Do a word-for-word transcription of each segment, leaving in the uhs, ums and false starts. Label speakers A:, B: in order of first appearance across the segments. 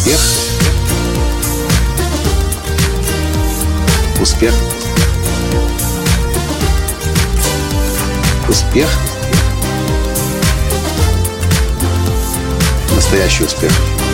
A: Успех. Успех. Успех. Настоящий успех.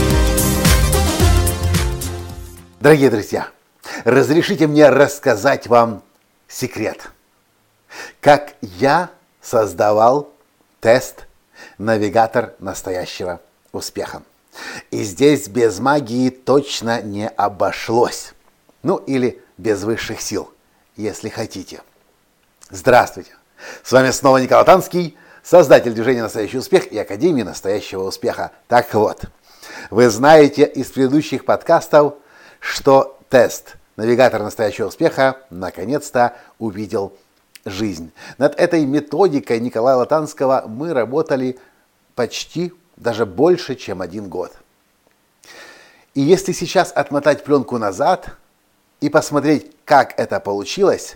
B: Дорогие друзья, разрешите мне рассказать вам секрет. Как я создавал тест «Навигатор настоящего успеха». И здесь без магии точно не обошлось. Ну или без высших сил, если хотите. Здравствуйте! С вами снова Николай Танский, создатель движения «Настоящий успех» и Академии настоящего успеха. Так вот, вы знаете из предыдущих подкастов, что тест «Навигатор настоящего успеха» наконец-то увидел жизнь. Над этой методикой Николая Латанского мы работали почти, даже больше, чем один год. И если сейчас отмотать пленку назад и посмотреть, как это получилось,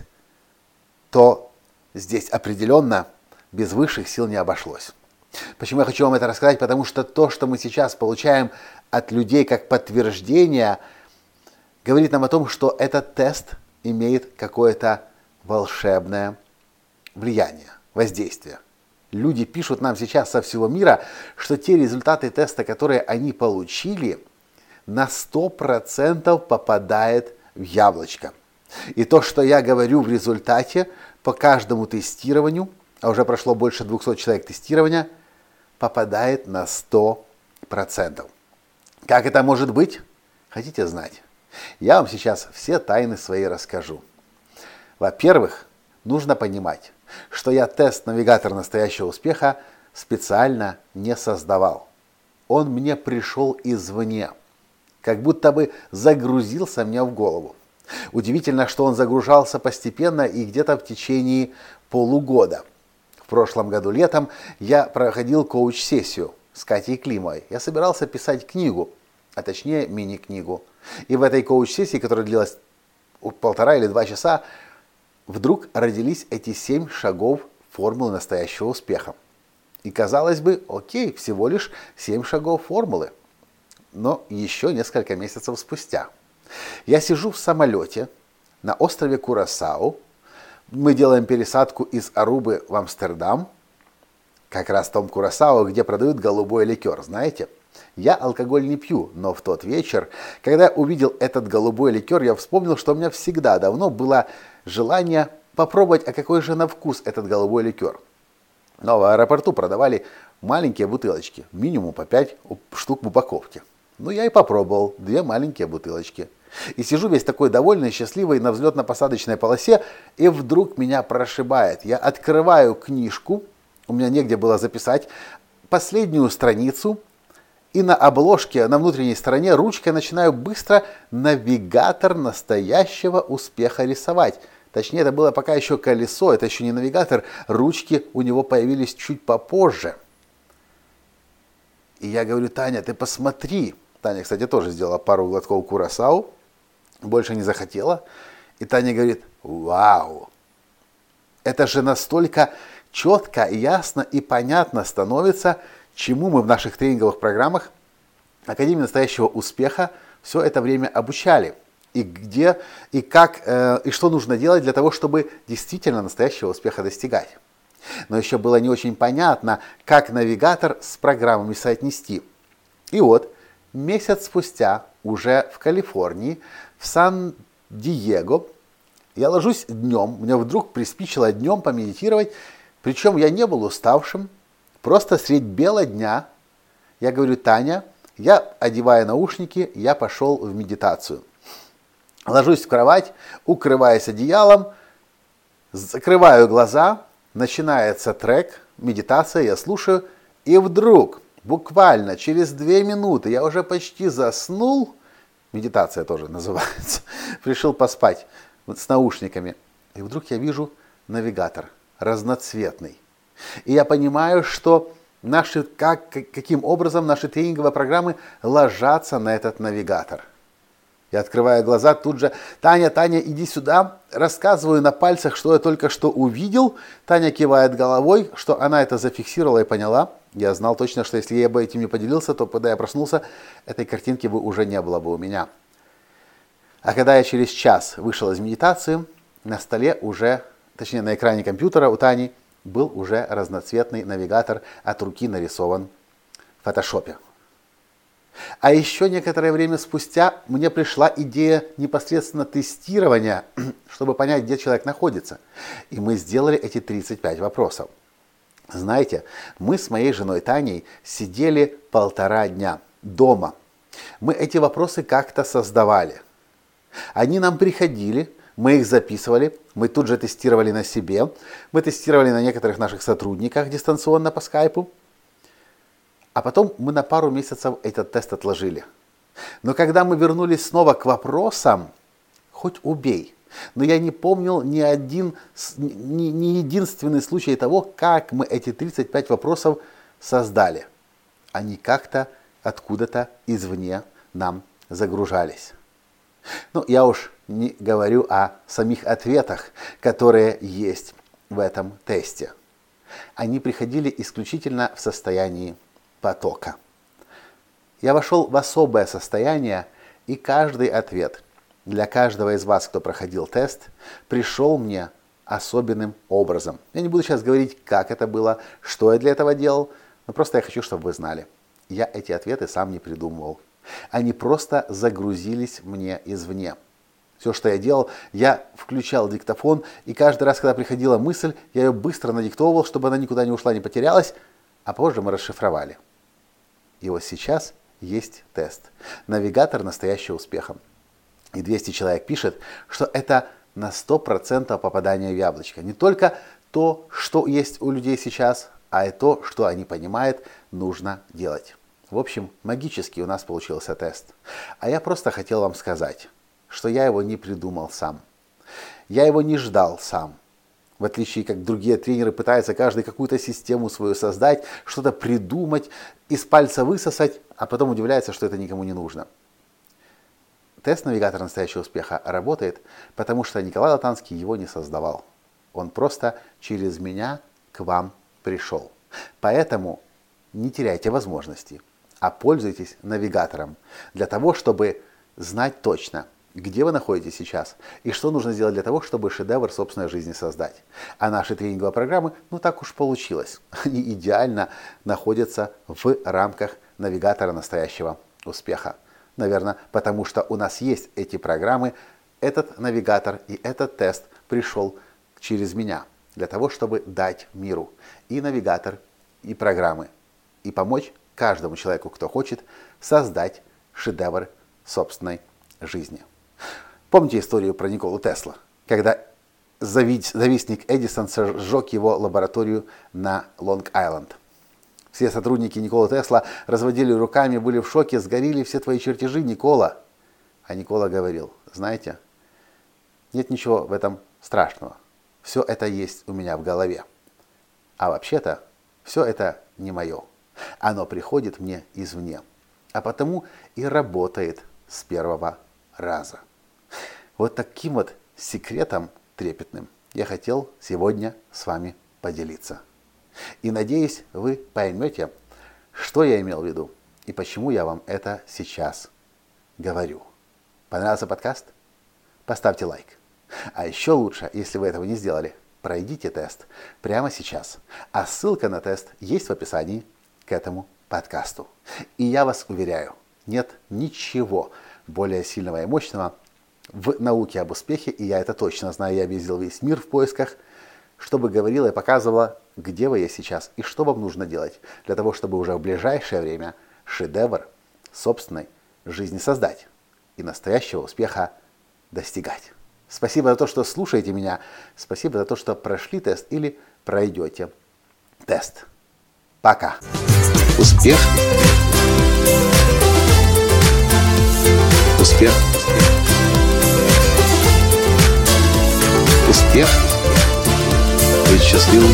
B: то здесь определенно без высших сил не обошлось. Почему я хочу вам это рассказать? Потому что то, что мы сейчас получаем от людей как подтверждение, говорит нам о том, что этот тест имеет какое-то волшебное влияние, воздействие. Люди пишут нам сейчас со всего мира, что те результаты теста, которые они получили, на сто процентов попадают в яблочко. И то, что я говорю в результате по каждому тестированию, а уже прошло больше двухсот человек тестирования, попадает на сто процентов. Как это может быть? Хотите знать? Я вам сейчас все тайны свои расскажу. Во-первых, нужно понимать, что я тест «Навигатор настоящего успеха» специально не создавал. Он мне пришел извне, как будто бы загрузился мне в голову. Удивительно, что он загружался постепенно и где-то в течение полугода. В прошлом году летом я проходил коуч-сессию с Катей Климовой. Я собирался писать книгу, а точнее мини-книгу. И в этой коуч-сессии, которая длилась полтора или два часа, вдруг родились эти семь шагов формулы настоящего успеха. И казалось бы, окей, всего лишь семь шагов формулы. Но еще несколько месяцев спустя я сижу в самолете на острове Курасау. Мы делаем пересадку из Арубы в Амстердам. Как раз в том Курасау, где продают голубой ликер, знаете? Я алкоголь не пью, но в тот вечер, когда я увидел этот голубой ликер, я вспомнил, что у меня всегда давно было желание попробовать, а какой же на вкус этот голубой ликер. Но в аэропорту продавали маленькие бутылочки, минимум по пять штук в упаковке. Ну, я и попробовал две маленькие бутылочки. И сижу весь такой довольный, счастливый на взлетно-посадочной полосе, и вдруг меня прошибает. Я открываю книжку, у меня негде было записать, последнюю страницу, и на обложке, на внутренней стороне ручкой начинаю быстро навигатор настоящего успеха рисовать. Точнее, это было пока еще колесо, это еще не навигатор, ручки у него появились чуть попозже. И я говорю: Таня, ты посмотри. Таня, кстати, тоже сделала пару глотков курасау, больше не захотела. И Таня говорит: вау, это же настолько четко, ясно и понятно становится, чему мы в наших тренинговых программах Академии настоящего успеха все это время обучали. И где, и как, э, и что нужно делать для того, чтобы действительно настоящего успеха достигать. Но еще было не очень понятно, как навигатор с программами соотнести. И вот месяц спустя, уже в Калифорнии, в Сан-Диего, я ложусь днем, мне вдруг приспичило днем помедитировать, причем я не был уставшим, просто средь бела дня. Я говорю: Таня, я одеваю наушники, я пошел в медитацию. Ложусь в кровать, укрываюсь одеялом, закрываю глаза, начинается трек, медитация, я слушаю, и вдруг, буквально через две минуты, я уже почти заснул, медитация тоже называется, решил поспать вот с наушниками, и вдруг я вижу навигатор разноцветный. И я понимаю, что наши, как, каким образом наши тренинговые программы ложатся на этот навигатор. Я открываю глаза, тут же: Таня, Таня, иди сюда. Рассказываю на пальцах, что я только что увидел. Таня кивает головой, что она это зафиксировала и поняла. Я знал точно, что если я бы этим не поделился, то когда я проснулся, этой картинки бы уже не было бы у меня. А когда я через час вышел из медитации, на столе уже, точнее на экране компьютера у Тани, был уже разноцветный навигатор от руки нарисован в фотошопе. А еще некоторое время спустя мне пришла идея непосредственно тестирования, чтобы понять, где человек находится. И мы сделали эти тридцать пять вопросов. Знаете, мы с моей женой Таней сидели полтора дня дома. Мы эти вопросы как-то создавали. Они нам приходили, мы их записывали, мы тут же тестировали на себе, мы тестировали на некоторых наших сотрудниках дистанционно по скайпу. А потом мы на пару месяцев этот тест отложили. Но когда мы вернулись снова к вопросам, хоть убей, но я не помнил ни один, ни, ни единственный случай того, как мы эти тридцать пять вопросов создали. Они как-то откуда-то извне нам загружались. Ну, я уж не говорю о самих ответах, которые есть в этом тесте. Они приходили исключительно в состоянии потока. Я вошел в особое состояние, и каждый ответ для каждого из вас, кто проходил тест, пришел мне особенным образом. Я не буду сейчас говорить, как это было, что я для этого делал, но просто я хочу, чтобы вы знали. Я эти ответы сам не придумывал. Они просто загрузились мне извне. Все, что я делал, я включал диктофон, и каждый раз, когда приходила мысль, я ее быстро надиктовывал, чтобы она никуда не ушла, не потерялась, а позже мы расшифровали. И вот сейчас есть тест. Навигатор настоящего успеха. И двести человек пишет, что это на сто процентов попадание в яблочко. Не только то, что есть у людей сейчас, а и то, что они понимают, нужно делать. В общем, магически у нас получился тест. А я просто хотел вам сказать, что я его не придумал сам. Я его не ждал сам. В отличие, как другие тренеры пытаются каждый какую-то систему свою создать, что-то придумать, из пальца высосать, а потом удивляется, что это никому не нужно. Тест навигатора настоящего успеха работает, потому что Николай Латанский его не создавал. Он просто через меня к вам пришел. Поэтому не теряйте возможности, а пользуйтесь навигатором для того, чтобы знать точно, где вы находитесь сейчас и что нужно сделать для того, чтобы шедевр собственной жизни создать. А наши тренинговые программы, ну так уж получилось, они идеально находятся в рамках навигатора настоящего успеха. Наверное, потому что у нас есть эти программы, этот навигатор и этот тест пришел через меня для того, чтобы дать миру и навигатор, и программы, и помочь каждому человеку, кто хочет, создать шедевр собственной жизни. Помните историю про Николу Тесла, когда завистник Эдисон сжег его лабораторию на Лонг-Айленд? Все сотрудники Николы Тесла разводили руками, были в шоке, сгорели все твои чертежи, Никола. А Никола говорил, знаете, нет ничего в этом страшного. Все это есть у меня в голове. А вообще-то все это не мое. Оно приходит мне извне. А потому и работает с первого раза. Вот таким вот секретом трепетным я хотел сегодня с вами поделиться. И надеюсь, вы поймете, что я имел в виду и почему я вам это сейчас говорю. Понравился подкаст? Поставьте лайк. А еще лучше, если вы этого не сделали, пройдите тест прямо сейчас. А ссылка на тест есть в описании к этому подкасту. И я вас уверяю, нет ничего более сильного и мощного в науке об успехе, и я это точно знаю, я объездил весь мир в поисках, чтобы говорила и показывала, где вы есть сейчас и что вам нужно делать для того, чтобы уже в ближайшее время шедевр собственной жизни создать и настоящего успеха достигать. Спасибо за то, что слушаете меня, спасибо за то, что прошли тест или пройдете тест. Пока.
A: Успех. Успех. Успех. Быть счастливым,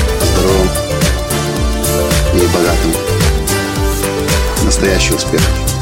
A: здоровым и богатым. Настоящий успех.